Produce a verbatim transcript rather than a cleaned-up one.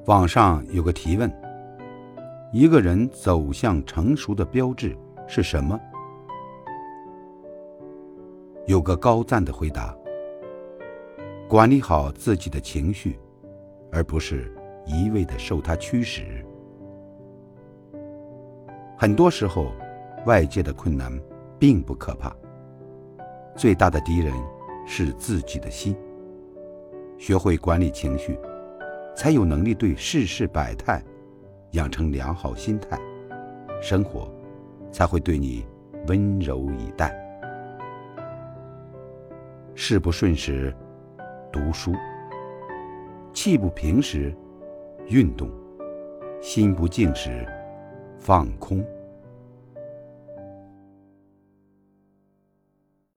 网上有个提问：一个人走向成熟的标志是什么？有个高赞的回答：管理好自己的情绪，而不是一味地受它驱使。很多时候，外界的困难并不可怕，最大的敌人是自己的心。学会管理情绪，才有能力对世事百态养成良好心态，生活才会对你温柔以待。事不顺时读书，气不平时运动，心不静时放空。